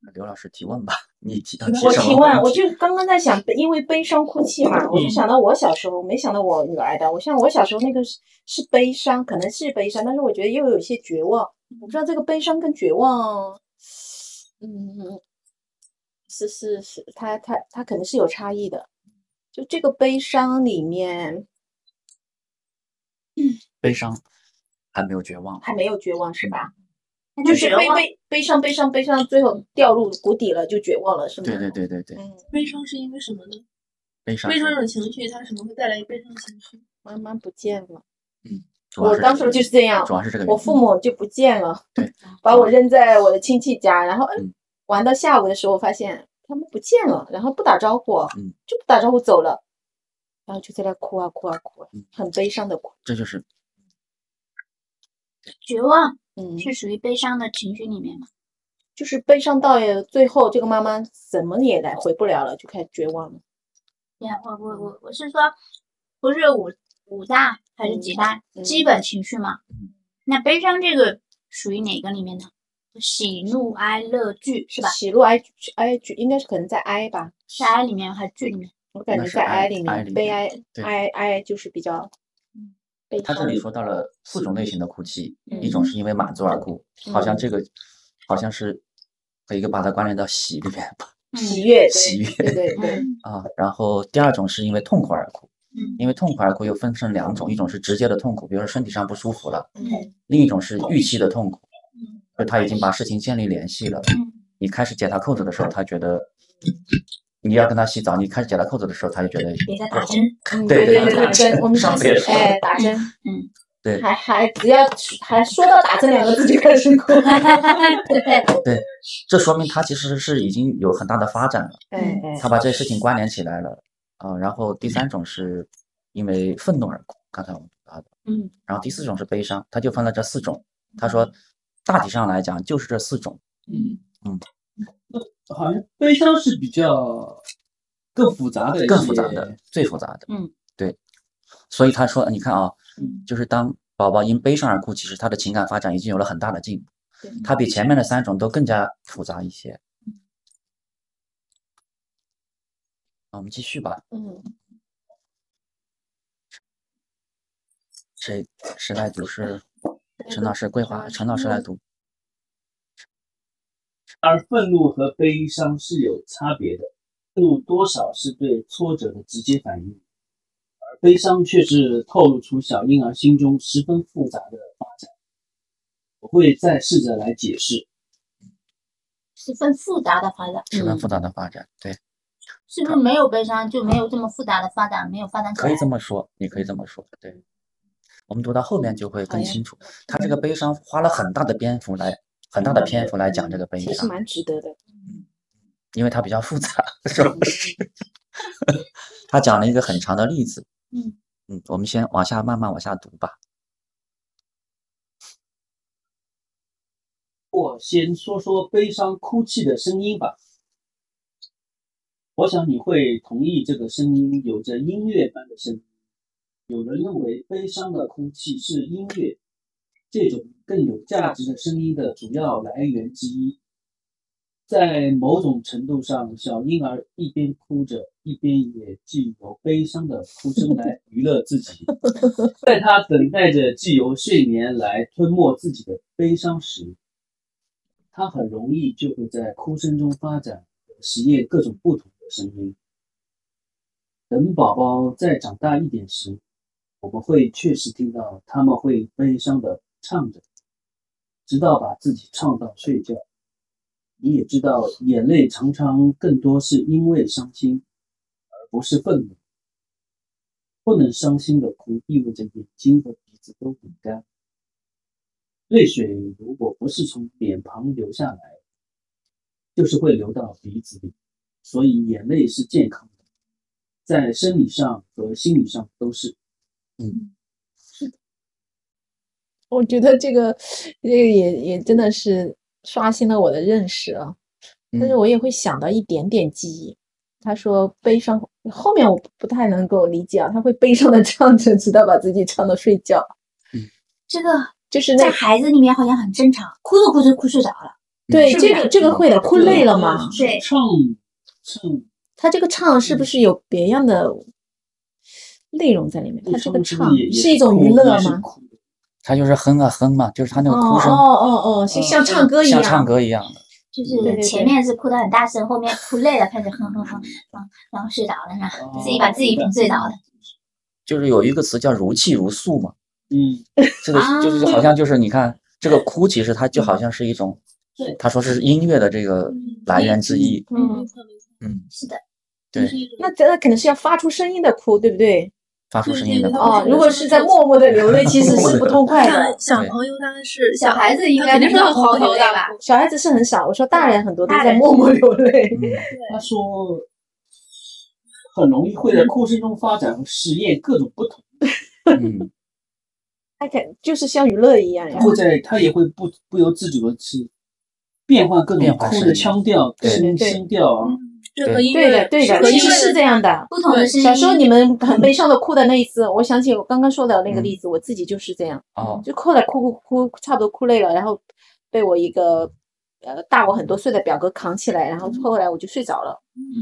刘老师提问吧，你提到我提问，我就刚刚在想，因为悲伤哭泣嘛，我就想到我小时候，没想到我女儿的。我想我小时候那个是悲伤，可能是悲伤，但是我觉得又有一些绝望。我不知道这个悲伤跟绝望，它可能是有差异的。就这个悲伤里面， 悲伤还没有绝望， 还没有绝望是吧？就是悲伤，最后掉入谷底了，就绝望了，是吗？ 对。 悲伤是因为什么呢？ 悲伤这种情绪，它什么会带来悲伤情绪？ 妈妈不见了。 我当时就是这样， 主要是这个， 我父母就不见了， 对， 把我扔在我的亲戚家，然后玩到下午的时候，发现他们不见了，然后不打招呼，就不打招呼走了，然后就在那哭啊，很悲伤的哭。 这就是绝望，是属于悲伤的情绪里面吗？ 就是悲伤到最后，这个妈妈怎么也回不了了，就开始绝望了。 对啊，我是说，不是五大还是几大基本情绪嘛？那悲伤这个属于哪个里面呢？喜怒哀乐惧是吧？ 喜怒哀惧应该是可能在哀吧？ 是哀里面还是惧里面？ 我感觉在哀里面，悲哀哀就是比较悲伤。 他这里说到了4种类型的哭泣，一种是因为满足而哭，好像这个好像是可以把它关联到喜里面吧。 喜悦，对啊，然后第2种是因为痛苦而哭，因为痛苦而哭又分成2种，一种是直接的痛苦，比如说身体上不舒服了，另一种是预期的痛苦，就他已经把事情建立联系了，你开始解他扣子的时候，他觉得你要跟他洗澡，你开始解他扣子的时候，他就觉得别在打针， 对，打针，我们上次也说， 打针， 对， 只要说到打针2个字就开始哭， 对，这说明他其实是已经有很大的发展了，他把这些事情关联起来了啊。然后第3种是因为愤怒而哭，刚才我们读到的，然后第4种是悲伤，他就分了这4种，他说大体上来讲就是这4种， 好像悲伤是比较更复杂的， 最复杂的，对，所以他说，你看啊，就是当宝宝因悲伤而哭，其实他的情感发展已经有了很大的进步，他比前面的3种都更加复杂一些。我们继续吧。谁来读？是陈老师，桂花，陈老师来读。 而愤怒和悲伤是有差别的，愤怒多少是对挫折的直接反应，而悲伤却是透露出小婴儿心中十分复杂的发展。我会再试着来解释。 十分复杂的发展， 对。 是不是没有悲伤就没有这么复杂的发展，没有发展起来？ 可以这么说，你可以这么说，对。我们读到后面就会更清楚，他这个悲伤花了很大的篇幅来讲这个悲伤， 其实蛮值得的。 因为它比较复杂，是不是？他讲了一个很长的例子。我们先慢慢往下读吧。 我先说说悲伤哭泣的声音吧。我想你会同意这个声音有着音乐般的声音。有人认为悲伤的哭泣是音乐，这种更有价值的声音的主要来源之一。在某种程度上，小婴儿一边哭着，一边也既由悲伤的哭声来娱乐自己。在他等待着既由睡眠来吞没自己的悲伤时，他很容易就会在哭声中发展和实验各种不同的声音。等宝宝再长大一点时，我们会确实听到他们会悲伤地唱着，直到把自己唱到睡觉。你也知道，眼泪常常更多是因为伤心，而不是愤怒。不能伤心的哭，意味着眼睛和鼻子都很干。泪水如果不是从脸庞流下来，就是会流到鼻子里，所以眼泪是健康的，在生理上和心理上都是。 是的。我觉得这个也真的是刷新了我的认识啊，但是我也会想到一点点记忆。他说悲伤后面我不太能够理解啊，他会悲伤的唱着，直到把自己唱到睡觉。 这个就是在孩子里面好像很正常，哭着哭着哭睡着了。 对， 是不是这个会的，哭累了嘛。 对唱， 他这个唱是不是有别样的内容在里面？他这个唱是一种娱乐吗？ 他就是哼啊哼嘛，就是他那个哭声， 像唱歌一样， 像唱歌一样的。 就是前面是哭得很大声，后面哭累了开始哼哼哼，然后睡着了呢，自己把自己哄睡着了。 就是有一个词叫如泣如诉嘛，这个啊就是好像就是你看这个哭，其实它就好像是一种，他说是音乐的这个来源之一。 是的， 对， 那肯定是要发出声音的哭，对不对？ 发出声音的哭。 如果是在默默的流泪，其实是不痛快的。 小朋友他是小孩子应该肯定是很嚎啕大吧？ 小孩子是很少，我说大人很多都在默默流泪。 他说很容易会在哭声中发展和实验各种不同。 他就是像娱乐一样呀。 他也会不由自主的去变换各种哭的腔调、声调啊。 对的，其实是这样的。 不同的声音。 小时候你们很悲伤的哭的那一次，我想起我刚刚说的那个例子，我自己就是这样。就后来哭，差不多哭累了，然后被我一个大我很多岁的表哥扛起来，然后后来我就睡着了。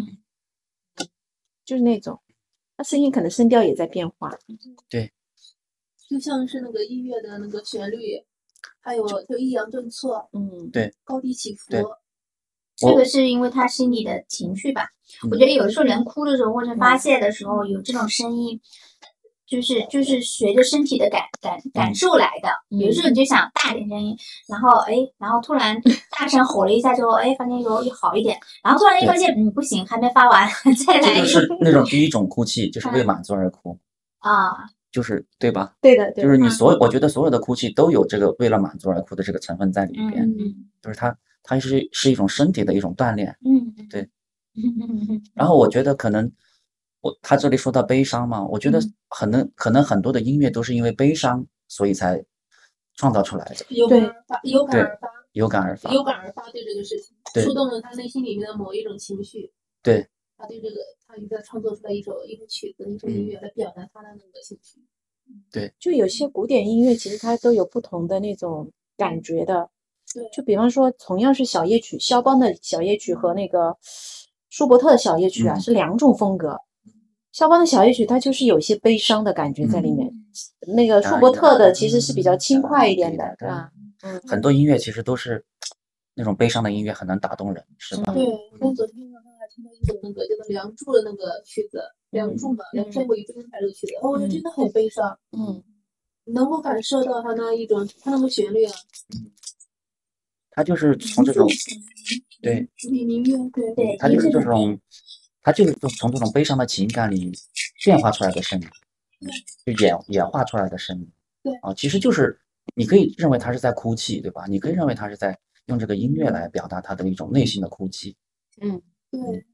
就是那种，那声音可能声调也在变化。 对， 就像是那个音乐的那个旋律，还有就抑扬顿挫， 对， 高低起伏。 这个是因为他心里的情绪吧。我觉得有的时候人哭的时候或者发泄的时候有这种声音，就是随着身体的感受来的。有时候你就想大点声音，然后突然大声吼了一下之后，发现又好一点，然后突然一发现不行，还没发完，再来一个。 就是那种第一种哭泣，就是为满足而哭就是对吧？ 对的， 就是我觉得所有的哭泣都有这个为了满足而哭的这个成分在里边。就是它是一种身体的一种锻炼。对。然后我觉得可能他这里说到悲伤嘛，我觉得可能很多的音乐都是因为悲伤，所以才创造出来的。 有感而发， 有感而发对这个事情，触动了他内心里面的某一种情绪。 对， 他对这个，他就在创作出来一首曲子、一首音乐来表达他的那个情绪。 对， 就有些古典音乐其实它都有不同的那种感觉的。就比方说同样是小夜曲，肖邦的小夜曲和那个舒伯特的小夜曲是两种风格。肖邦的小夜曲它就是有一些悲伤的感觉在里面，那个舒伯特的其实是比较轻快一点的，对吧？ 很多音乐其实都是那种悲伤的音乐，很能打动人，是吧？ 对，我昨天晚上还听到一首那个叫做《梁祝》的那个曲子，梁祝嘛，梁山伯与祝英台这个曲子，我觉得真的很悲伤。能够感受到他那一种，他那个旋律啊。 他就是从这种对，他就是这种，他就是从这种悲伤的情感里变化出来的声音，就演化出来的声音。其实就是你可以认为他是在哭泣，对吧？你可以认为他是在用这个音乐来表达他的一种内心的哭泣。 对。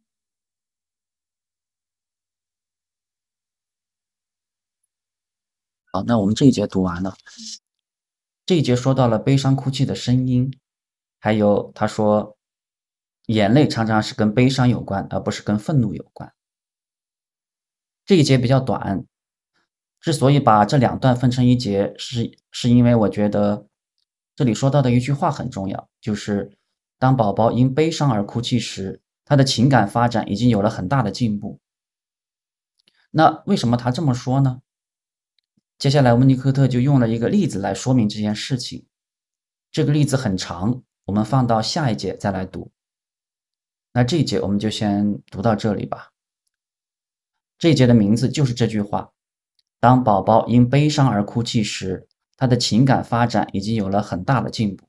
好，那我们这一节读完了。这一节说到了悲伤哭泣的声音。还有他说眼泪常常是跟悲伤有关，而不是跟愤怒有关。这一节比较短，之所以把这两段分成一节，是因为我觉得这里说到的一句话很重要，就是当宝宝因悲伤而哭泣时，他的情感发展已经有了很大的进步。那为什么他这么说呢？接下来温尼科特就用了一个例子来说明这件事情。这个例子很长，我们放到下一节再来读。那这一节我们就先读到这里吧。这一节的名字就是这句话：当宝宝因悲伤而哭泣时，他的情感发展已经有了很大的进步。